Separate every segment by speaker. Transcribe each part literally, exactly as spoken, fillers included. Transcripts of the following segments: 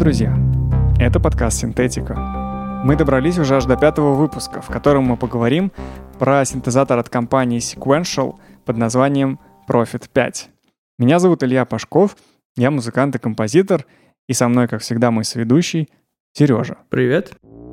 Speaker 1: друзья! Это подкаст «Синтетика». Мы добрались уже аж до пятого выпуска, в котором мы поговорим про синтезатор от компании Sequential под названием Prophet пять. Меня зовут Илья Пашков, я музыкант и композитор, и со мной, как всегда, мой соведущий Сережа.
Speaker 2: Привет.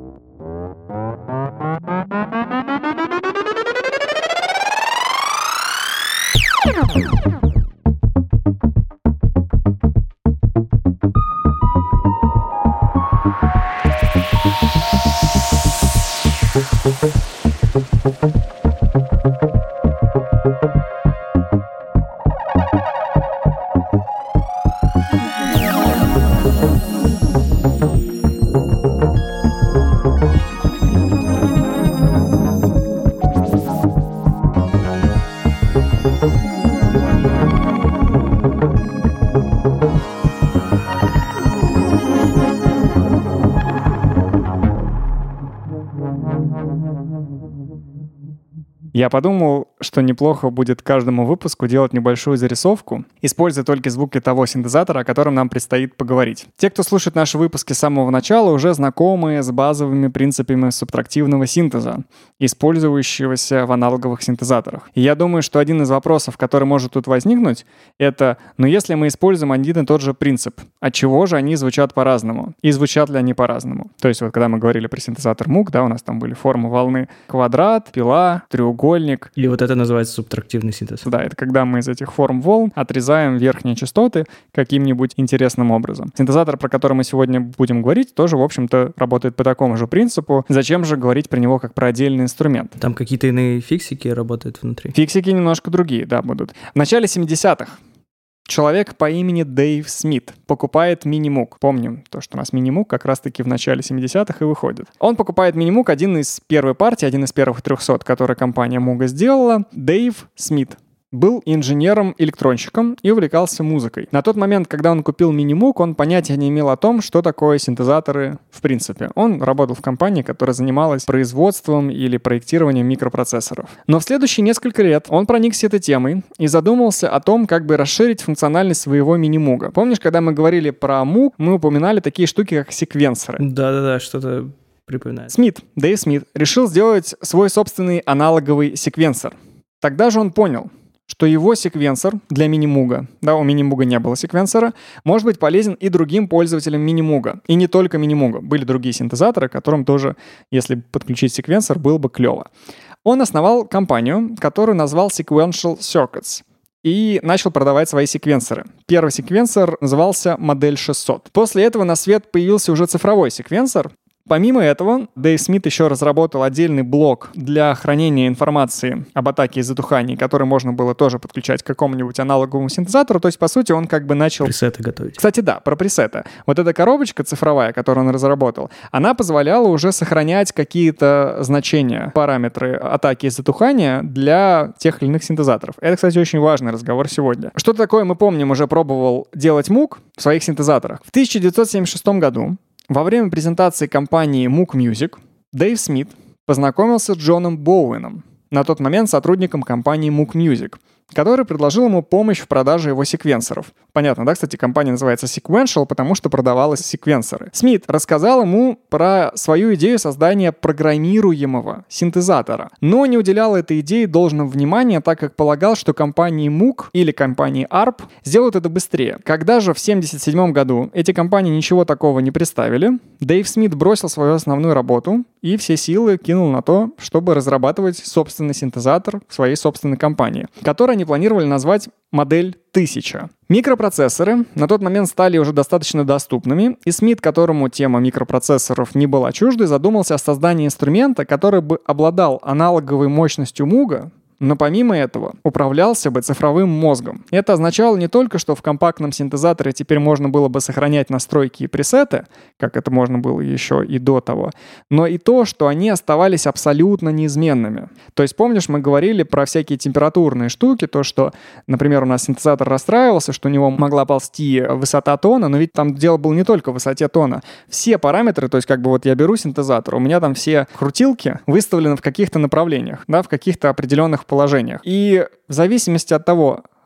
Speaker 1: Я подумал, что неплохо будет каждому выпуску делать небольшую зарисовку, используя только звуки того синтезатора, о котором нам предстоит поговорить. Те, кто слушает наши выпуски с самого начала, уже знакомы с базовыми принципами субтрактивного синтеза, использующегося в аналоговых синтезаторах. И я думаю, что один из вопросов, который может тут возникнуть, это, ну если мы используем один и тот же принцип, отчего же они звучат по-разному? И звучат ли они по-разному? То есть вот когда мы говорили про синтезатор мук, да, у нас там были формы волны квадрат, пила, треугольник.
Speaker 2: Или вот это называется субтрактивный синтез.
Speaker 1: Да, это когда мы из этих форм волн отрезаем верхние частоты каким-нибудь интересным образом. Синтезатор, про который мы сегодня будем говорить, тоже, в общем-то, работает по такому же принципу. Зачем же говорить про него как про отдельный инструмент?
Speaker 2: Там какие-то иные фиксики работают внутри.
Speaker 1: Фиксики немножко другие, да, будут. В начале семидесятых человек по имени Дэйв Смит покупает Minimoog. Помним то, что у нас Minimoog как раз-таки в начале семидесятых и выходит. Он покупает Minimoog, один из первой партии, один из первых трехсот, который компания Moog сделала. Дэйв Смит был инженером-электронщиком и увлекался музыкой. На тот момент, когда он купил Minimoog, он понятия не имел о том, что такое синтезаторы в принципе. Он работал в компании, которая занималась производством или проектированием микропроцессоров. Но в следующие несколько лет он проникся этой темой и задумался о том, как бы расширить функциональность своего Minimoog. Помнишь, когда мы говорили про Moog, мы упоминали такие штуки, как секвенсоры?
Speaker 2: Да-да-да, что-то припоминает.
Speaker 1: Смит, Дэйв Смит, решил сделать свой собственный аналоговый секвенсор. Тогда же он понял, что его секвенсор для Minimoog, да, у Minimoog не было секвенсора, может быть полезен и другим пользователям Minimoog. И не только Minimoog. Были другие синтезаторы, которым тоже, если подключить секвенсор, было бы клево. Он основал компанию, которую назвал Sequential Circuits, и начал продавать свои секвенсоры. Первый секвенсор назывался модель шестьсот. После этого на свет появился уже цифровой секвенсор. Помимо этого, Дэйв Смит еще разработал отдельный блок для хранения информации об атаке и затухании, который можно было тоже подключать к какому-нибудь аналоговому синтезатору. То есть, по сути, он как бы начал...
Speaker 2: Пресеты готовить.
Speaker 1: Кстати, да, про пресеты. Вот эта коробочка цифровая, которую он разработал, она позволяла уже сохранять какие-то значения, параметры атаки и затухания для тех или иных синтезаторов. Это, кстати, очень важный разговор сегодня. Что такое, мы помним, уже пробовал делать Moog в своих синтезаторах. В тысяча девятьсот семьдесят шестом году во время презентации компании Moog Music Дэйв Смит познакомился с Джоном Боуэном, на тот момент сотрудником компании Moog Music, который предложил ему помощь в продаже его секвенсоров. Понятно, да, кстати, компания называется Sequential, потому что продавалась секвенсоры. Смит рассказал ему про свою идею создания программируемого синтезатора, но не уделял этой идее должного внимания, так как полагал, что компании Moog или компании арп сделают это быстрее. Когда же в семьдесят седьмом году эти компании ничего такого не представили, Дэйв Смит бросил свою основную работу и все силы кинул на то, чтобы разрабатывать собственный синтезатор в своей собственной компании, который они планировали назвать модель тысяча. Микропроцессоры на тот момент стали уже достаточно доступными, и Смит, которому тема микропроцессоров не была чуждой, задумался о создании инструмента, который бы обладал аналоговой мощностью Moog, но помимо этого управлялся бы цифровым мозгом. Это означало не только, что в компактном синтезаторе теперь можно было бы сохранять настройки и пресеты, как это можно было еще и до того, но и то, что они оставались абсолютно неизменными. То есть, помнишь, мы говорили про всякие температурные штуки, то, что, например, у нас синтезатор расстраивался, что у него могла ползти высота тона, но ведь там дело было не только в высоте тона. Все параметры, то есть как бы вот я беру синтезатор, у меня там все крутилки выставлены в каких-то направлениях, да, в каких-то определенных положениях. И в зависимости от того,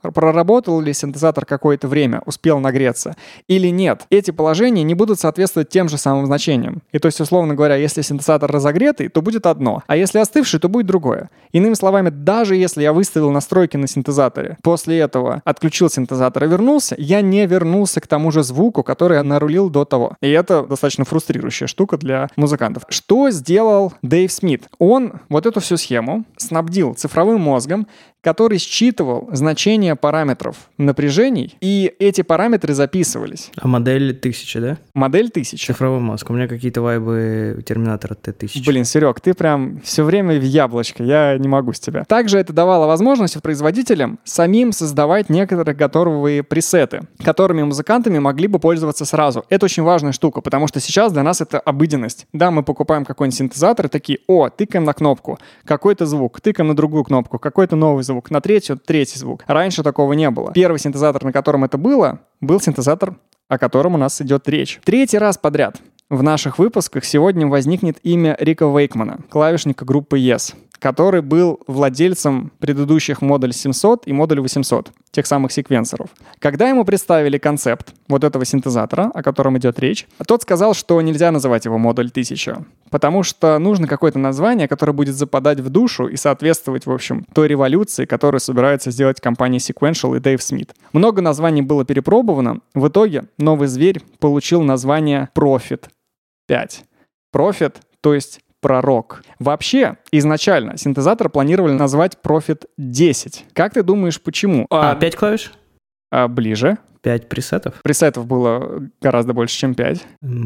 Speaker 1: проработал ли синтезатор какое-то время, успел нагреться или нет. Эти положения не будут соответствовать тем же самым значениям. И то есть, условно говоря, если синтезатор разогретый, то будет одно, а если остывший, то будет другое. Иными словами, даже если я выставил настройки на синтезаторе, после этого отключил синтезатор и вернулся, я не вернулся к тому же звуку, который я нарулил до того. И это достаточно фрустрирующая штука для музыкантов. Что сделал Дэйв Смит? Он вот эту всю схему снабдил цифровым мозгом, который считывал значения параметров напряжений, и эти параметры записывались.
Speaker 2: А модель тысяча, да?
Speaker 1: Модель тысяча.
Speaker 2: Цифровой мозг. У меня какие-то вайбы Терминатора Т тысяча.
Speaker 1: Блин, Серег, ты прям все время в яблочко, я не могу с тебя. Также это давало возможность производителям самим создавать некоторые готовые пресеты, которыми музыкантами могли бы пользоваться сразу. Это очень важная штука, потому что сейчас для нас это обыденность. Да, мы покупаем какой-нибудь синтезатор и такие: о, тыкаем на кнопку, какой-то звук, тыкаем на другую кнопку, какой-то новый звук, на третью — третий звук. Раньше такого не было. Первый синтезатор, на котором это было, был синтезатор, о котором у нас идет речь. Третий раз подряд в наших выпусках сегодня возникнет имя Рика Вейкмана, клавишника группы Yes, который был владельцем предыдущих модуль семьсот и модуль восемьсот, тех самых секвенсоров. Когда ему представили концепт вот этого синтезатора, о котором идет речь, тот сказал, что нельзя называть его модуль тысяча, потому что нужно какое-то название, которое будет западать в душу и соответствовать, в общем, той революции, которую собирается сделать компания Sequential и Дэйв Смит. Много названий было перепробовано. В итоге новый зверь получил название Prophet пять. Prophet, то есть пророк. Вообще, изначально синтезатор планировали назвать Prophet десять. Как ты думаешь, почему?
Speaker 2: А, пять клавиш?
Speaker 1: А, ближе.
Speaker 2: Пять пресетов?
Speaker 1: Пресетов было гораздо больше, чем пять.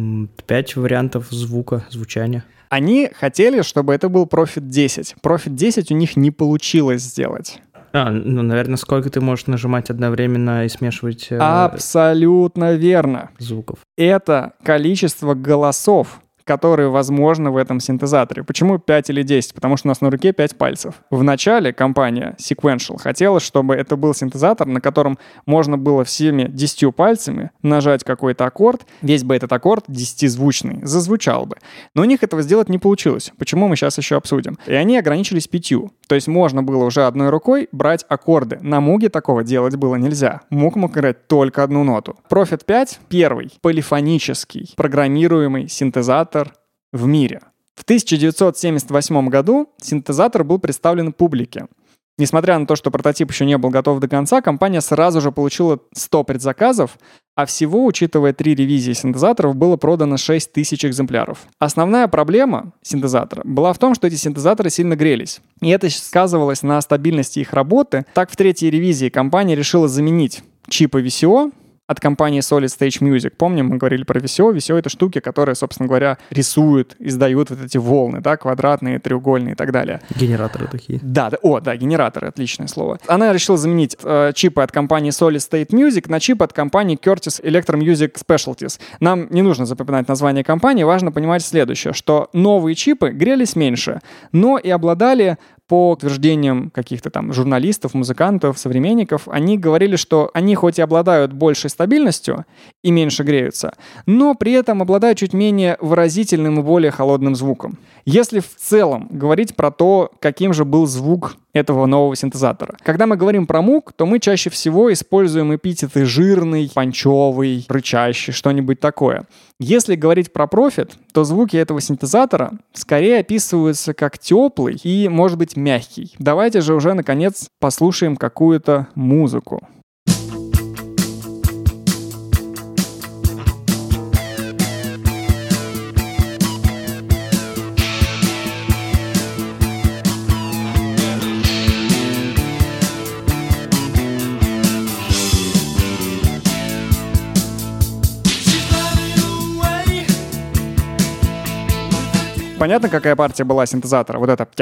Speaker 2: Пять вариантов звука, звучания.
Speaker 1: Они хотели, чтобы это был Prophet десять. Prophet десять у них не получилось сделать.
Speaker 2: А, ну, наверное, сколько ты можешь нажимать одновременно и смешивать... Э,
Speaker 1: Абсолютно верно.
Speaker 2: Звуков.
Speaker 1: Это количество голосов, которые возможны в этом синтезаторе. Почему пять или десять? Потому что у нас на руке пять пальцев. Вначале компания Sequential хотела, чтобы это был синтезатор, на котором можно было всеми десятью пальцами нажать какой-то аккорд, весь бы этот аккорд десятизвучный зазвучал бы. Но у них этого сделать не получилось. Почему, мы сейчас еще обсудим. И они ограничились пятью. То есть можно было уже одной рукой брать аккорды. На Муге такого делать было нельзя. Муг мог играть только одну ноту. Prophet пять — первый полифонический программируемый синтезатор в мире. В тысяча девятьсот семьдесят восьмом году синтезатор был представлен публике. Несмотря на то, что прототип еще не был готов до конца, компания сразу же получила сто предзаказов, а всего, учитывая три ревизии синтезаторов, было продано шесть тысяч экземпляров. Основная проблема синтезатора была в том, что эти синтезаторы сильно грелись. И это сказывалось на стабильности их работы. Так, в третьей ревизии компания решила заменить чипы ви си о от компании Solid State Music. Помним, мы говорили про ви си о. ви си о — это штуки, которые, собственно говоря, рисуют, издают вот эти волны, да, квадратные, треугольные и так далее.
Speaker 2: Генераторы такие.
Speaker 1: Да, да, о, да, генераторы, отличное слово. Она решила заменить э, чипы от компании Solid State Music на чип от компании Curtis Electro Music Specialties. Нам не нужно запоминать название компании, важно понимать следующее, что новые чипы грелись меньше, но и обладали, по утверждениям каких-то там журналистов, музыкантов, современников, они говорили, что они хоть и обладают большей стабильностью и меньше греются, но при этом обладают чуть менее выразительным и более холодным звуком. Если в целом говорить про то, каким же был звук этого нового синтезатора. Когда мы говорим про Муг, то мы чаще всего используем эпитеты жирный, панчевый, рычащий, что-нибудь такое. Если говорить про Prophet, то звуки этого синтезатора скорее описываются как теплый и, может быть, мягкий. Давайте же уже, наконец, послушаем какую-то музыку. Понятно, какая партия была синтезатора? Вот это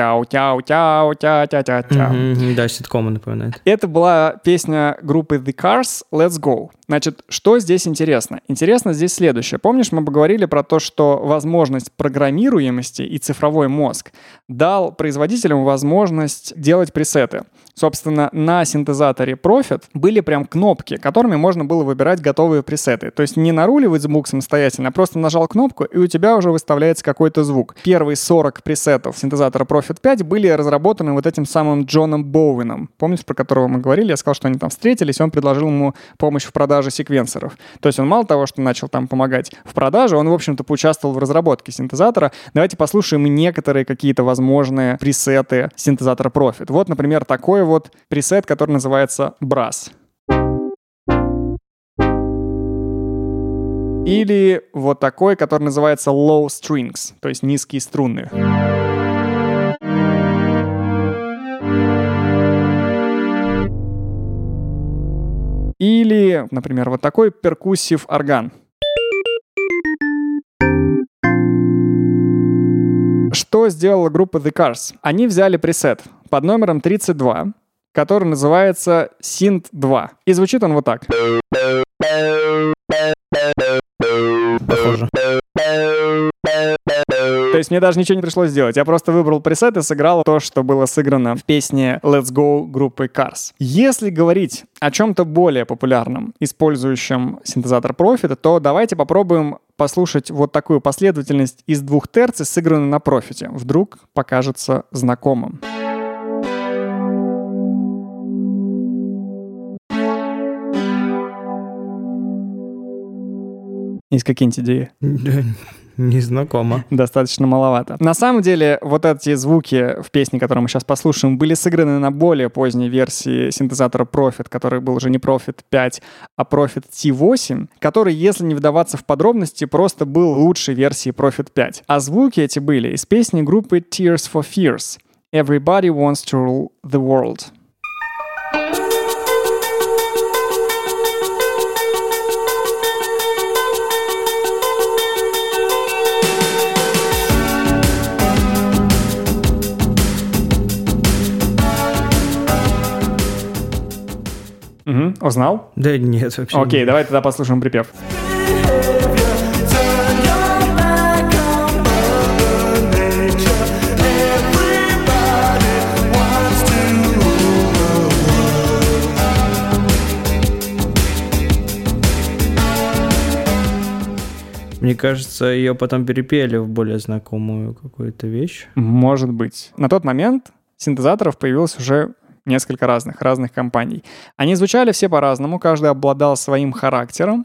Speaker 1: тяу-тяу-тяу-тя-тя-тя-тя.
Speaker 2: Mm-hmm, да, ситкомы напоминает.
Speaker 1: Это была песня группы The Cars «Let's Go». Значит, что здесь интересно? Интересно здесь следующее. Помнишь, мы поговорили про то, что возможность программируемости и цифровой мозг дал производителям возможность делать пресеты. Собственно, на синтезаторе Prophet были прям кнопки, которыми можно было выбирать готовые пресеты. То есть не наруливать звук самостоятельно, а просто нажал кнопку, и у тебя уже выставляется какой-то звук. Первые сорок пресетов синтезатора Prophet пять были разработаны вот этим самым Джоном Боуэном. Помните, про которого мы говорили? Я сказал, что они там встретились, и он предложил ему помощь в продаже секвенсоров. То есть он мало того, что начал там помогать в продаже, он, в общем-то, поучаствовал в разработке синтезатора. Давайте послушаем некоторые какие-то возможные пресеты синтезатора Prophet. Вот, например, такой вот пресет, который называется Brass. Или вот такой, который называется Low Strings, то есть низкие струны. Или, например, вот такой перкуссив орган. Что сделала группа The Cars? Они взяли пресет под номером тридцать два, который называется Synth два. И звучит он вот так.
Speaker 2: Похоже.
Speaker 1: То есть мне даже ничего не пришлось сделать. Я просто выбрал пресет и сыграл то, что было сыграно в песне Let's Go группы Cars. Если говорить о чем-то более популярном, использующем синтезатор Prophet, то давайте попробуем послушать вот такую последовательность из двух терций, сыгранную на Prophet. Вдруг покажется знакомым. Есть какие-нибудь идеи?
Speaker 2: Незнакомо.
Speaker 1: Достаточно маловато. На самом деле, вот эти звуки в песне, которую мы сейчас послушаем, были сыграны на более поздней версии синтезатора Prophet, который был уже не Prophet пять, а Prophet ти восемь, который, если не вдаваться в подробности, просто был лучшей версией Prophet пять. А звуки эти были из песни группы Tears for Fears. Everybody wants to rule the world. Угу. Узнал?
Speaker 2: Да нет, вообще.
Speaker 1: Окей, давай тогда послушаем припев.
Speaker 2: Мне кажется, ее потом перепели в более знакомую какую-то вещь.
Speaker 1: Может быть. На тот момент синтезаторов появилось уже несколько разных, разных компаний. Они звучали все по-разному, каждый обладал своим характером,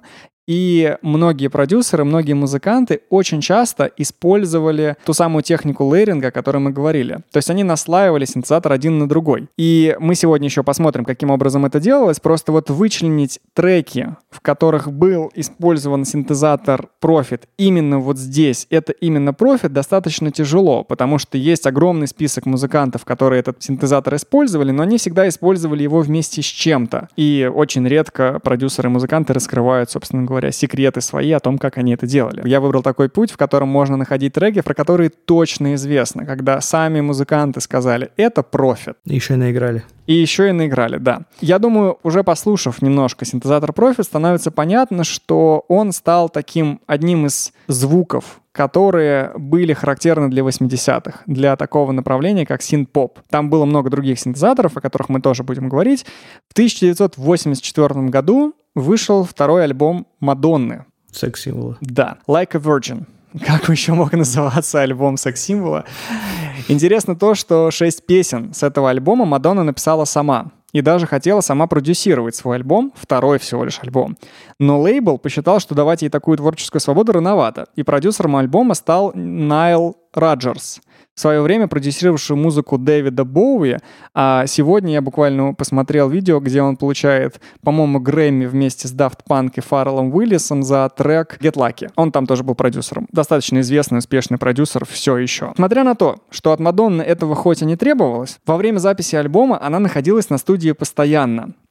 Speaker 1: и многие продюсеры, многие музыканты очень часто использовали ту самую технику лейеринга, о которой мы говорили. То есть они наслаивали синтезатор один на другой. И мы сегодня еще посмотрим, каким образом это делалось. Просто вот вычленить треки, в которых был использован синтезатор Prophet именно вот здесь, это именно Prophet, достаточно тяжело, потому что есть огромный список музыкантов, которые этот синтезатор использовали, но они всегда использовали его вместе с чем-то. И очень редко продюсеры и музыканты раскрывают, собственно говоря, говоря, секреты свои о том, как они это делали. Я выбрал такой путь, в котором можно находить треки, про которые точно известно, когда сами музыканты сказали «это Prophet».
Speaker 2: Еще и наиграли.
Speaker 1: И еще и наиграли, да. Я думаю, уже послушав немножко синтезатор Prophet, становится понятно, что он стал таким одним из звуков, которые были характерны для восьмидесятых, для такого направления, как синт-поп. Там было много других синтезаторов, о которых мы тоже будем говорить. В тысяча девятьсот восемьдесят четвёртом году вышел второй альбом Мадонны.
Speaker 2: Секс-символа.
Speaker 1: Да, Like a Virgin. Как еще мог называться альбом секс-символа? Интересно то, что шесть песен с этого альбома Мадонна написала сама. И даже хотела сама продюсировать свой альбом, второй всего лишь альбом. Но лейбл посчитал, что давать ей такую творческую свободу рановато. И продюсером альбома стал Найл Роджерс, в свое время продюсировавший музыку Дэвида Боуи, а сегодня я буквально посмотрел видео, где он получает, по-моему, Грэмми вместе с Daft Punk и Фарреллом Уильямсом за трек Get Lucky. Он там тоже был продюсером. Достаточно известный, успешный продюсер все еще. Несмотря на то, что от Мадонны этого хоть и не требовалось, во время записи альбома она находилась на студии постоянно.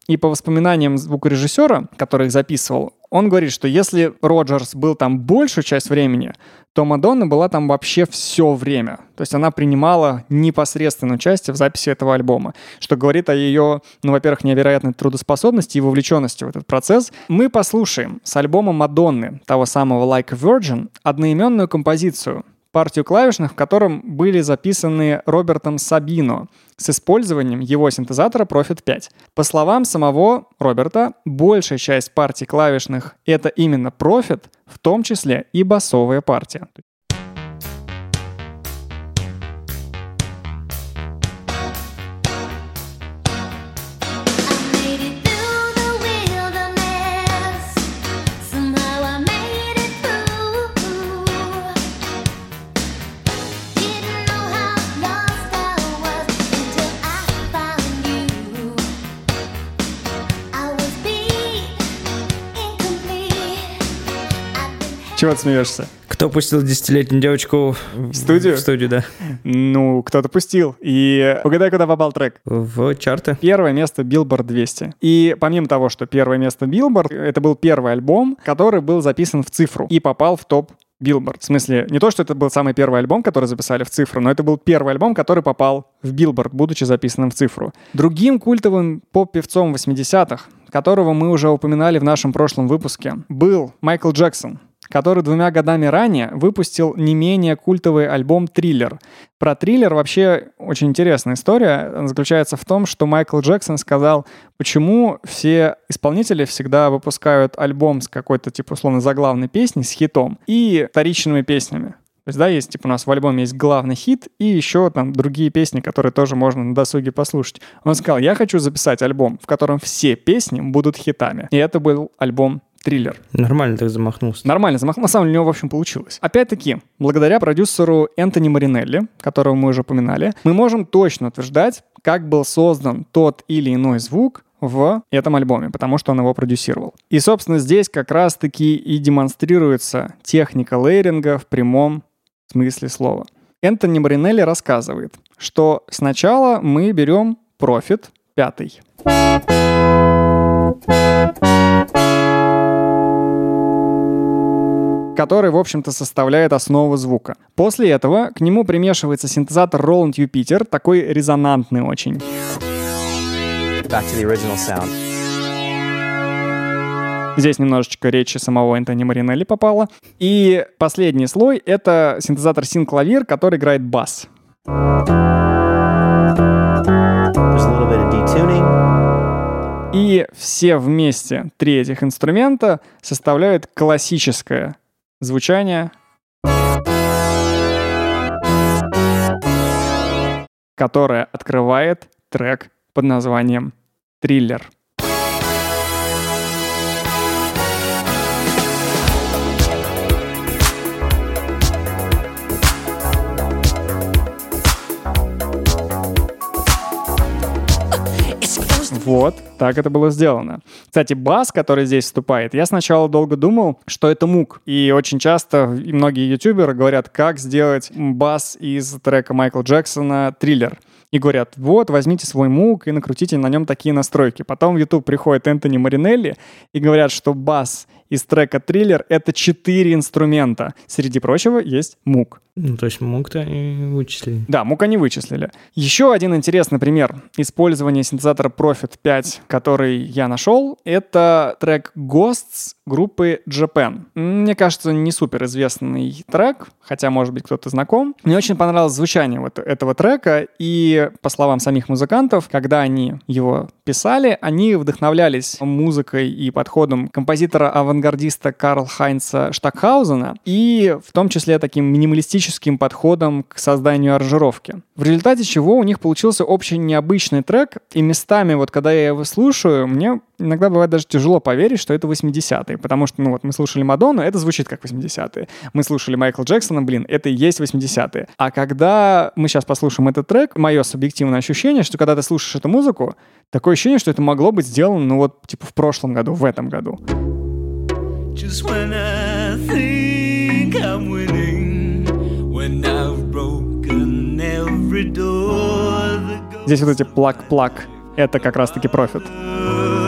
Speaker 1: И по воспоминаниям звукорежиссера, который их записывал, он говорит, что если Роджерс был там большую часть времени, то Мадонна была там вообще все время. То есть она принимала непосредственное участие в записи этого альбома, что говорит о ее, ну, во-первых, невероятной трудоспособности и вовлеченности в этот процесс. Мы послушаем с альбома Мадонны, того самого Like a Virgin, одноименную композицию, партию клавишных, в котором были записаны Робертом Сабино с использованием его синтезатора Prophet пять. По словам самого Роберта, большая часть партий клавишных — это именно Prophet, в том числе и басовая партия. Чего ты смеешься?
Speaker 2: Кто пустил десятилетнюю девочку
Speaker 1: в студию?
Speaker 2: В студию, да.
Speaker 1: Ну, кто-то пустил. И угадай, куда попал трек?
Speaker 2: В чарты.
Speaker 1: Первое место Billboard двести. И помимо того, что первое место Billboard, это был первый альбом, который был записан в цифру и попал в топ Billboard. В смысле, не то, что это был самый первый альбом, который записали в цифру, но это был первый альбом, который попал в Billboard, будучи записанным в цифру. Другим культовым поп-певцом восьмидесятых, которого мы уже упоминали в нашем прошлом выпуске, был Майкл Джексон, который двумя годами ранее выпустил не менее культовый альбом «Триллер». Про «Триллер» вообще очень интересная история. Она заключается в том, что Майкл Джексон сказал, почему все исполнители всегда выпускают альбом с какой-то, типа, условно, заглавной песней, с хитом, и вторичными песнями. То есть, да, есть, типа, у нас в альбоме есть главный хит и еще там другие песни, которые тоже можно на досуге послушать. Он сказал, я хочу записать альбом, в котором все песни будут хитами. И это был альбом «Триллер».
Speaker 2: Нормально так замахнулся.
Speaker 1: Нормально замахнулся. На самом деле у него, в общем, получилось. Опять-таки, благодаря продюсеру Энтони Маринелли, которого мы уже упоминали, мы можем точно утверждать, как был создан тот или иной звук в этом альбоме, потому что он его продюсировал. И, собственно, здесь как раз-таки и демонстрируется техника лейеринга в прямом смысле слова. Энтони Маринелли рассказывает, что сначала мы берем Prophet пятый. Который, в общем-то, составляет основу звука. После этого к нему примешивается синтезатор Roland Jupiter, такой резонантный очень.
Speaker 3: Back to the original sound.
Speaker 1: Здесь немножечко речи самого Энтони Маринелли попало. И последний слой — это синтезатор синклавир, который играет бас. И все вместе три этих инструмента составляют классическое звучание, которое открывает трек под названием «Триллер». Вот, так это было сделано. Кстати, бас, который здесь вступает, я сначала долго думал, что это мук. И очень часто и многие ютуберы говорят, как сделать бас из трека Майкла Джексона «Триллер». И говорят, вот, возьмите свой мук и накрутите на нем такие настройки. Потом в YouTube приходит Энтони Маринелли и говорят, что бас из трека «Триллер» — это четыре инструмента. Среди прочего есть мук.
Speaker 2: Ну, то есть мук-то они вычислили.
Speaker 1: Да, мук они вычислили. Еще один интересный пример использования синтезатора Prophet пять, который я нашел, это трек Ghosts группы Japan. Мне кажется, не суперизвестный трек, хотя, может быть, кто-то знаком. Мне очень понравилось звучание вот этого трека, и, по словам самих музыкантов, когда они его писали, они вдохновлялись музыкой и подходом композитора-авангардиста Карл Хайнца Штакхаузена и в том числе таким минималистическим подходом к созданию аранжировки. В результате чего у них получился очень необычный трек, и местами, вот когда я его слушаю, мне иногда бывает даже тяжело поверить, что это восьмидесятые, потому что, ну вот, мы слушали Мадонну, это звучит как восьмидесятые. Мы слушали Майкла Джексона, блин, это и есть восьмидесятые. А когда мы сейчас послушаем этот трек, мое субъективное ощущение, что когда ты слушаешь эту музыку, такое ощущение, что это могло быть сделано, ну вот, типа в прошлом году, в этом году. Just when I think I'm winning, when I've broken every door. Здесь вот эти плак-плак, это как раз-таки Prophet.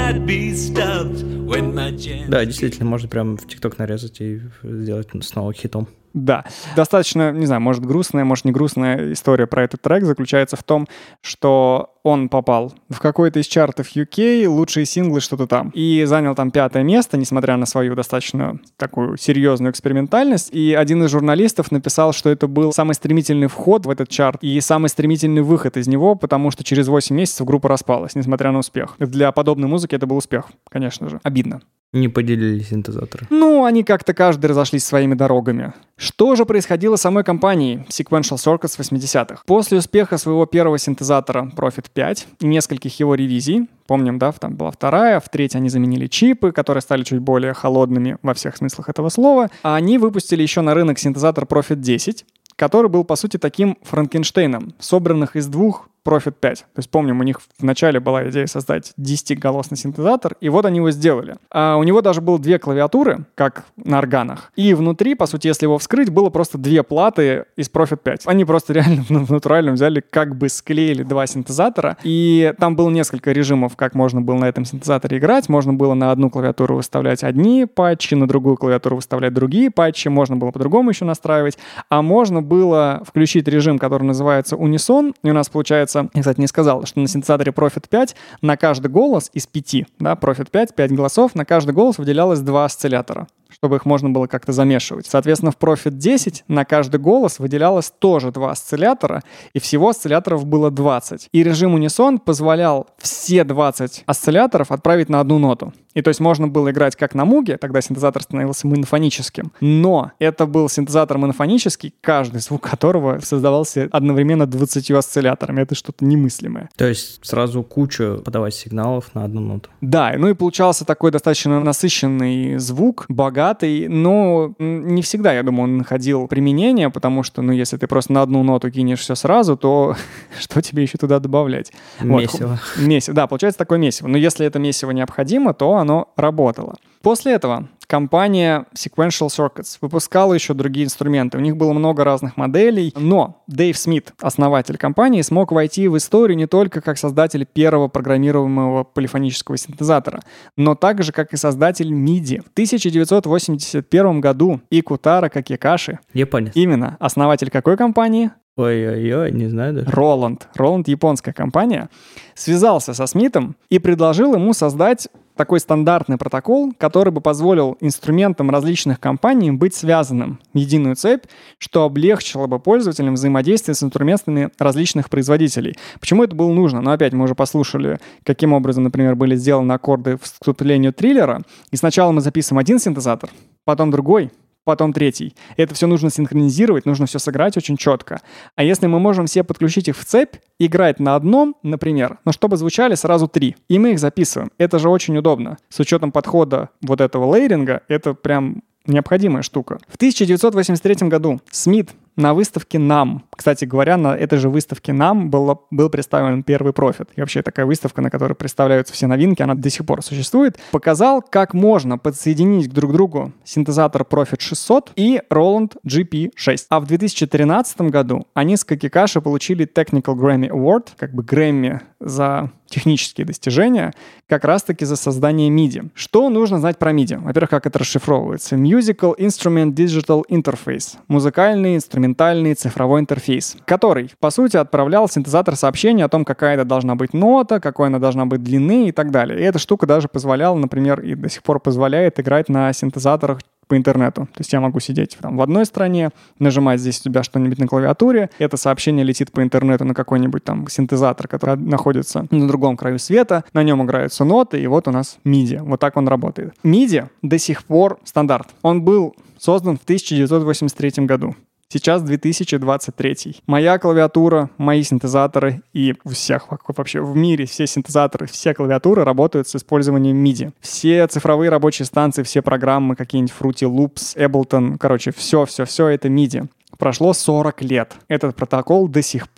Speaker 2: Да, действительно, можно прям в ТикТок нарезать и сделать снова хитом.
Speaker 1: Да. Достаточно, не знаю, может грустная, может не грустная история про этот трек заключается в том, что он попал в какой-то из чартов ю кей, лучшие синглы, что-то там, и занял там пятое место, несмотря на свою достаточно такую серьезную экспериментальность. И один из журналистов написал, что это был самый стремительный вход в этот чарт и самый стремительный выход из него, потому что через восемь месяцев группа распалась, несмотря на успех. Для подобной музыки это был успех, конечно же. Обидно.
Speaker 2: Не поделили синтезаторы.
Speaker 1: Ну, они как-то каждый разошлись своими дорогами. Что же происходило с самой компанией Sequential Circuits в восьмидесятых? После успеха своего первого синтезатора Prophet пять и нескольких его ревизий, помним, да, там была вторая, в третьей они заменили чипы, которые стали чуть более холодными во всех смыслах этого слова, а они выпустили еще на рынок синтезатор Prophet десять, который был, по сути, таким Франкенштейном, собранных из двух Prophet пять. То есть, помним, у них вначале была идея создать десятиголосный синтезатор, и вот они его сделали. А у него даже было две клавиатуры, как на органах, и внутри, по сути, если его вскрыть, было просто две платы из Prophet пять. Они просто реально в натуральном взяли, как бы склеили два синтезатора, и там было несколько режимов, как можно было на этом синтезаторе играть. Можно было на одну клавиатуру выставлять одни патчи, на другую клавиатуру выставлять другие патчи, можно было по-другому еще настраивать, а можно было включить режим, который называется унисон, и у нас получается, я, кстати, не сказал, что на синтезаторе Prophet пять на каждый голос из пяти, да, Prophet пять, пять голосов, на каждый голос выделялось два осциллятора, чтобы их можно было как-то замешивать. Соответственно, в Prophet десять на каждый голос выделялось тоже два осциллятора, и всего осцилляторов было двадцать. И режим унисон позволял все двадцать осцилляторов отправить на одну ноту. И то есть можно было играть как на муге, тогда синтезатор становился монофоническим, но это был синтезатор монофонический, каждый звук которого создавался одновременно двадцатью осцилляторами. Это что-то немыслимое.
Speaker 2: То есть сразу кучу подавать сигналов на одну ноту.
Speaker 1: Да, ну и получался такой достаточно насыщенный звук, богатый, но не всегда, я думаю, он находил применение, потому что, ну, если ты просто на одну ноту кинешь все сразу, то что тебе еще туда добавлять?
Speaker 2: Месиво.
Speaker 1: Вот. Месиво. Да, получается такое месиво. Но если это месиво необходимо, то оно работало. После этого компания Sequential Circuits выпускала еще другие инструменты. У них было много разных моделей, но Дэйв Смит, основатель компании, смог войти в историю не только как создатель первого программируемого полифонического синтезатора, но также как и создатель миди. В тысяча девятьсот восемьдесят первом году Икутара Какикаши,
Speaker 2: Японец.
Speaker 1: именно основатель какой компании?
Speaker 2: Ой-ой-ой, не знаю даже.
Speaker 1: Роланд. Роланд — японская компания. Связался со Смитом и предложил ему создать такой стандартный протокол, который бы позволил инструментам различных компаний быть связанным в единую цепь, что облегчило бы пользователям взаимодействие с инструментами различных производителей. Почему это было нужно? Ну, опять, мы уже послушали, каким образом, например, были сделаны аккорды вступлению триллера. И сначала мы записываем один синтезатор, потом другой, потом третий. Это все нужно синхронизировать, нужно все сыграть очень четко. А если мы можем все подключить их в цепь, играть на одном, например, но чтобы звучали сразу три, и мы их записываем, это же очень удобно. С учетом подхода вот этого лейеринга, это прям необходимая штука. В тысяча девятьсот восемьдесят третьем году Смит на выставке нам, кстати говоря, на этой же выставке нам был, был представлен первый Prophet. И вообще такая выставка, на которой представляются все новинки, она до сих пор существует. Показал, как можно подсоединить друг к другу синтезатор Prophet шестьсот и Roland джи пи шесть. А в две тысячи тринадцатом году они с Какикаши получили Technical Grammy Award, как бы Грэмми за технические достижения, как раз-таки за создание миди. Что нужно знать про миди? Во-первых, как это расшифровывается? Musical Instrument Digital Interface. Музыкальный, инструментальный, цифровой интерфейс, который, по сути, отправлял синтезатор сообщение о том, какая это должна быть нота, какой она должна быть длины и так далее. И эта штука даже позволяла, например, и до сих пор позволяет играть на синтезаторах по интернету. То есть я могу сидеть там в одной стране, нажимать здесь у тебя что-нибудь на клавиатуре, это сообщение летит по интернету на какой-нибудь там синтезатор, который находится на другом краю света, на нем играются ноты, и вот у нас миди. Вот так он работает. миди до сих пор стандарт. Он был создан в тысяча девятьсот восемьдесят третьем году. Сейчас две тысячи двадцать третий. Моя клавиатура, мои синтезаторы и у всех вообще в мире все синтезаторы, все клавиатуры работают с использованием миди. Все цифровые рабочие станции, все программы, какие-нибудь Fruity Loops, Ableton, короче, все-все-все это миди. Прошло сорок лет. Этот протокол до сих пор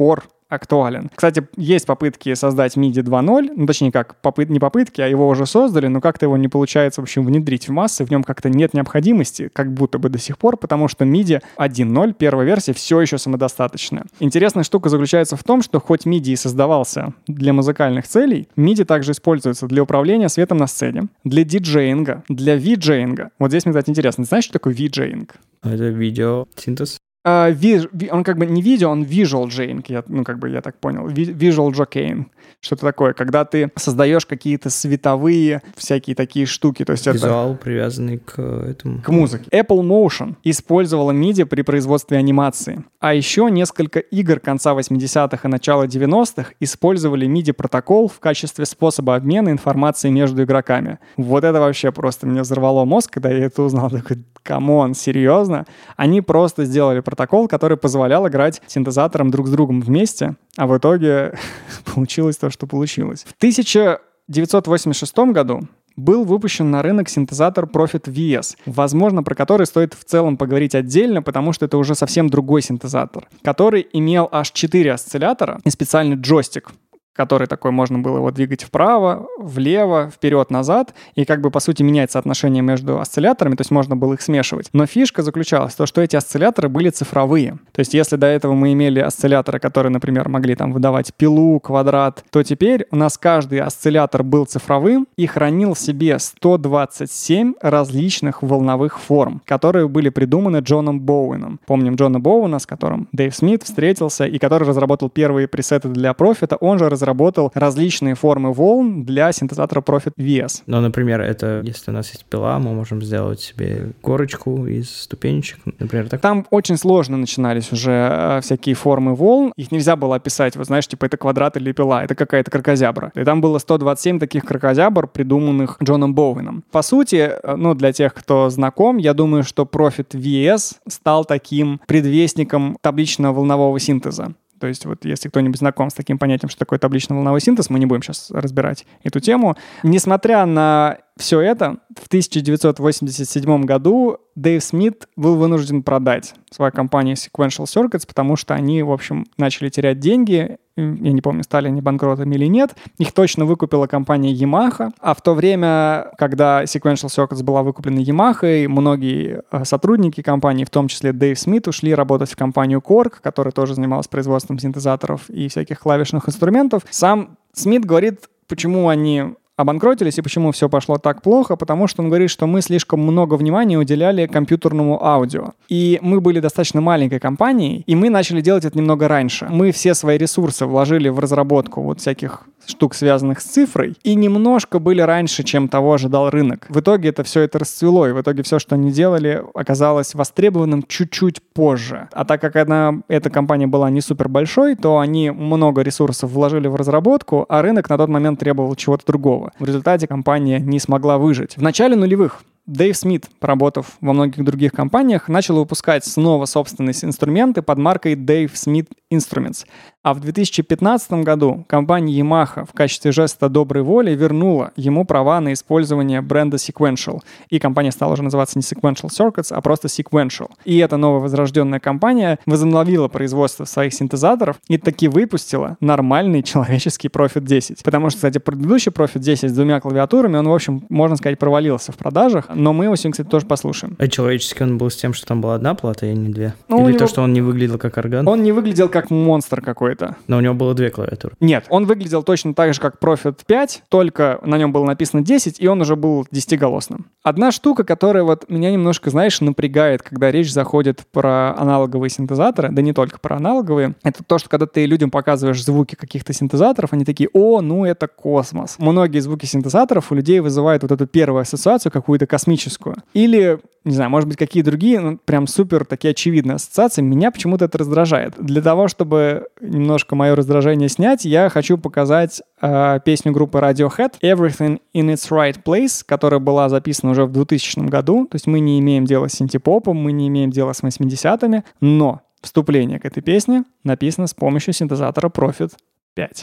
Speaker 1: актуален. Кстати, есть попытки создать миди два ноль, ну, точнее, как, попыт, не попытки, а его уже создали, но как-то его не получается, в общем, внедрить в массы, в нем как-то нет необходимости, как будто бы до сих пор, потому что миди один ноль, первая версия, все еще самодостаточная. Интересная штука заключается в том, что хоть миди и создавался для музыкальных целей, миди также используется для управления светом на сцене, для диджеинга, для виджеинга. Вот здесь мне, кстати, интересно, знаешь, что такое виджеинг?
Speaker 2: Это видеосинтез?
Speaker 1: Uh, ви, ви, он как бы не видео, он visual jockeying, я, ну как бы я так понял, ви, visual jockeying, что-то такое, когда ты создаешь какие-то световые всякие такие штуки, то есть
Speaker 2: визуал,
Speaker 1: это...
Speaker 2: привязанный к этому.
Speaker 1: К музыке. Apple Motion использовала миди при производстве анимации, а еще несколько игр конца восьмидесятых и начала девяностых использовали миди-протокол в качестве способа обмена информацией между игроками. Вот это вообще просто мне взорвало мозг, когда я это узнал, такой, камон, серьезно? Они просто сделали протокол, который позволял играть синтезатором друг с другом вместе, а в итоге получилось то, что получилось. В тысяча девятьсот восемьдесят шестом году был выпущен на рынок синтезатор Prophet ви эс, возможно, про который стоит в целом поговорить отдельно, потому что это уже совсем другой синтезатор, который имел аж четыре осциллятора и специальный джойстик, который такой можно было его двигать вправо, влево, вперед, назад, и как бы, по сути, менять соотношение между осцилляторами, то есть можно было их смешивать. Но фишка заключалась в том, что эти осцилляторы были цифровые. То есть если до этого мы имели осцилляторы, которые, например, могли там выдавать пилу, квадрат, то теперь у нас каждый осциллятор был цифровым и хранил в себе сто двадцать семь различных волновых форм, которые были придуманы Джоном Боуэном. Помним Джона Боуэна, с которым Дэйв Смит встретился, и который разработал первые пресеты для Prophet, он же разработал разработал различные формы волн для синтезатора Prophet ви эс.
Speaker 2: Ну, например, это если у нас есть пила, мы можем сделать себе горочку из ступенечек, например, так.
Speaker 1: Там очень сложно начинались уже э, всякие формы волн. Их нельзя было описать, вот знаешь, типа это квадрат или пила, это какая-то кракозябра. И там было сто двадцать семь таких кракозябр, придуманных Джоном Боуэном. По сути, э, ну, для тех, кто знаком, я думаю, что Prophet ви эс стал таким предвестником табличного волнового синтеза. То есть вот если кто-нибудь знаком с таким понятием, что такое таблично-волновой синтез, мы не будем сейчас разбирать эту тему. Несмотря на все это, в тысяча девятьсот восемьдесят седьмом году Дэйв Смит был вынужден продать свою компанию Sequential Circuits, потому что они, в общем, начали терять деньги. Я не помню, стали они банкротами или нет. Их точно выкупила компания Yamaha. А в то время, когда Sequential Circuits была выкуплена Yamaha, многие сотрудники компании, в том числе Дэйв Смит, ушли работать в компанию Korg, которая тоже занималась производством синтезаторов и всяких клавишных инструментов. Сам Смит говорит, почему они обанкротились и почему все пошло так плохо, потому что он говорит, что мы слишком много внимания уделяли компьютерному аудио. И мы были достаточно маленькой компанией, и мы начали делать это немного раньше. Мы все свои ресурсы вложили в разработку вот всяких штук, связанных с цифрой, и немножко были раньше, чем того ожидал рынок. В итоге это все это расцвело, и в итоге все, что они делали, оказалось востребованным чуть-чуть позже. А так как она, эта компания была не супер большой, то они много ресурсов вложили в разработку, а рынок на тот момент требовал чего-то другого. В результате компания не смогла выжить. В начале нулевых Дэйв Смит, поработав во многих других компаниях, начал выпускать снова собственные инструменты под маркой Дэйв Смит Instruments. А в две тысячи пятнадцатом году компания Yamaha в качестве жеста доброй воли вернула ему права на использование бренда Sequential. И компания стала уже называться не Sequential Circuits, а просто Sequential. И эта новая возрожденная компания возобновила производство своих синтезаторов и таки выпустила нормальный человеческий Prophet десять. Потому что, кстати, предыдущий Prophet десять с двумя клавиатурами, он, в общем, можно сказать, провалился в продажах, но мы его сегодня, кстати, тоже послушаем.
Speaker 2: А человеческий он был с тем, что там была одна плата, и не две?
Speaker 1: Ну,
Speaker 2: Или
Speaker 1: него...
Speaker 2: то, что он не выглядел как орган?
Speaker 1: Он не выглядел как монстр какой-то.
Speaker 2: Но у него было две клавиатуры.
Speaker 1: Нет, он выглядел точно так же, как Prophet пять, только на нем было написано десять, и он уже был десятиголосным. Одна штука, которая вот меня немножко, знаешь, напрягает, когда речь заходит про аналоговые синтезаторы, да не только про аналоговые, это то, что когда ты людям показываешь звуки каких-то синтезаторов, они такие: о, ну это космос. Многие звуки синтезаторов у людей вызывают вот эту первую ассоциацию, какую-то космическую. Или, не знаю, может быть, какие другие, ну, прям супер такие очевидные ассоциации. Меня почему-то это раздражает. Для того, чтобы немножко мое раздражение снять, я хочу показать э, песню группы Radiohead «Everything in its Right Place», которая была записана уже в двухтысячном году. То есть мы не имеем дела с синтепопом, мы не имеем дела с восьмидесятыми, но вступление к этой песне написано с помощью синтезатора Prophet пять.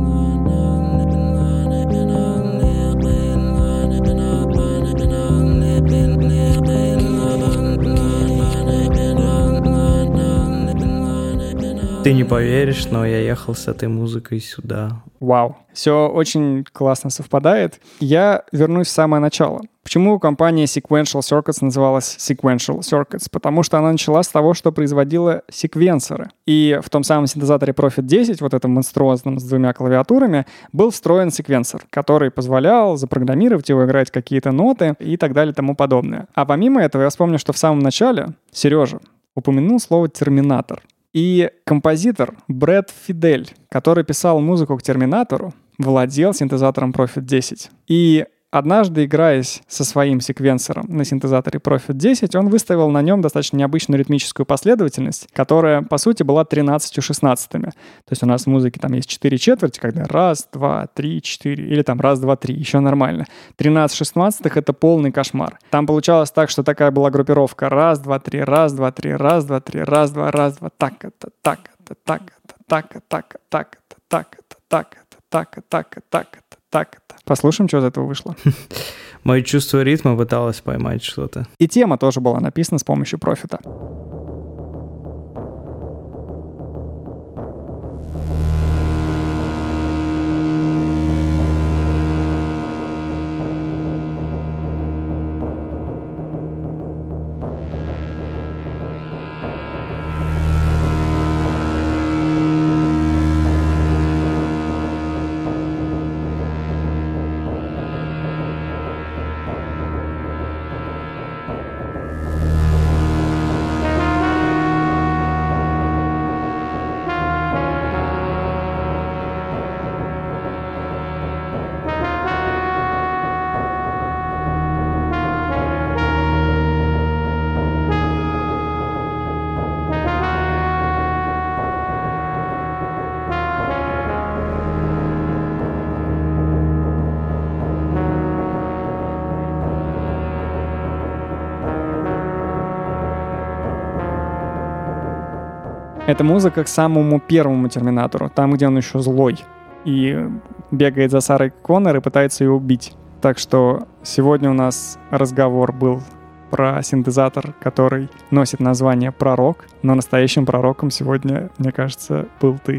Speaker 4: Everything
Speaker 2: Ты не поверишь, но я ехал с этой музыкой сюда.
Speaker 1: Вау. Все очень классно совпадает. Я вернусь в самое начало. Почему компания Sequential Circuits называлась Sequential Circuits? Потому что она начала с того, что производила секвенсоры. И в том самом синтезаторе Prophet десять, вот этом монструозном с двумя клавиатурами, был встроен секвенсор, который позволял запрограммировать его, играть какие-то ноты и так далее и тому подобное. А помимо этого, я вспомню, что в самом начале Сережа упомянул слово «терминатор». И композитор Брэд Фидель, который писал музыку к «Терминатору», владел синтезатором Prophet десять. И однажды, играясь со своим секвенсором на синтезаторе Prophet десять, он выставил на нем достаточно необычную ритмическую последовательность, которая, по сути, была тринадцатью шестнадцатыми. То есть у нас в музыке там есть четыре четверти, когда раз, два, три, четыре, или там раз, два, три, еще нормально. тринадцать шестнадцатых — это полный кошмар. Там получалось так, что такая была группировка: раз, два, три, раз, два, три, раз, два, три, раз, два, раз, два, так это, так это, так это, так это, так это, так это, так это, так это, так это, так это, так это. Так это. Послушаем, что из этого вышло.
Speaker 2: Мое чувство ритма пыталось поймать что-то.
Speaker 1: И тема тоже была написана с помощью профита. Это музыка к самому первому «Терминатору», там, где он еще злой и бегает за Сарой Коннор и пытается ее убить. Так что сегодня у нас разговор был про синтезатор, который носит название «Пророк», но настоящим пророком сегодня, мне кажется, был ты.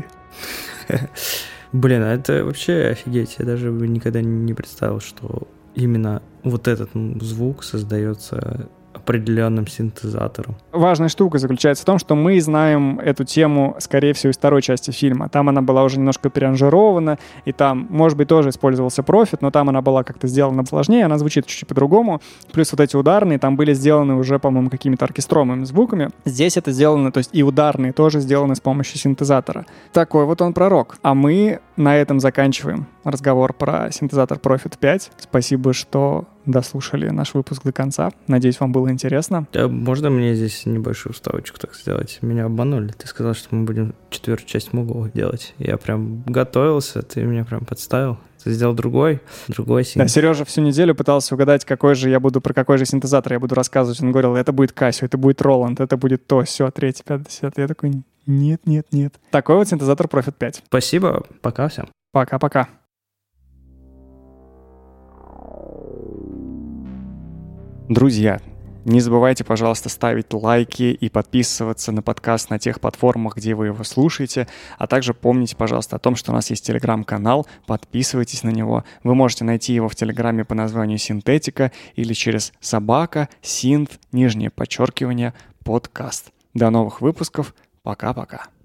Speaker 2: Блин, а это вообще офигеть. Я даже никогда не представил, что именно вот этот звук создается определенным синтезатором.
Speaker 1: Важная штука заключается в том, что мы знаем эту тему, скорее всего, из второй части фильма. Там она была уже немножко переаранжирована, и там, может быть, тоже использовался профит, но там она была как-то сделана сложнее, она звучит чуть-чуть по-другому. Плюс вот эти ударные там были сделаны уже, по-моему, какими-то оркестровыми звуками. Здесь это сделано, то есть и ударные тоже сделаны с помощью синтезатора. Такой вот он пророк. А мы на этом заканчиваем разговор про синтезатор Prophet пять. Спасибо, что дослушали наш выпуск до конца. Надеюсь, вам было интересно.
Speaker 2: Да, можно мне здесь небольшую вставочку так сделать? Меня обманули. Ты сказал, что мы будем четвертую часть Мугла делать. Я прям готовился, ты меня прям подставил. Ты сделал другой, другой синтезатор.
Speaker 1: Да, Сережа всю неделю пытался угадать, какой же я буду, про какой же синтезатор я буду рассказывать. Он говорил, это будет Casio, это будет Roland, это будет то, сё, третье, пятое, десятое. Я такой, нет, нет, нет. Такой вот синтезатор Prophet пять.
Speaker 2: Спасибо, пока всем.
Speaker 1: Пока-пока. Друзья, не забывайте, пожалуйста, ставить лайки и подписываться на подкаст на тех платформах, где вы его слушаете. А также помните, пожалуйста, о том, что у нас есть телеграм-канал. Подписывайтесь на него. Вы можете найти его в телеграме по названию Синтетика или через собака, синт, нижнее подчеркивание, подкаст. До новых выпусков. Пока-пока.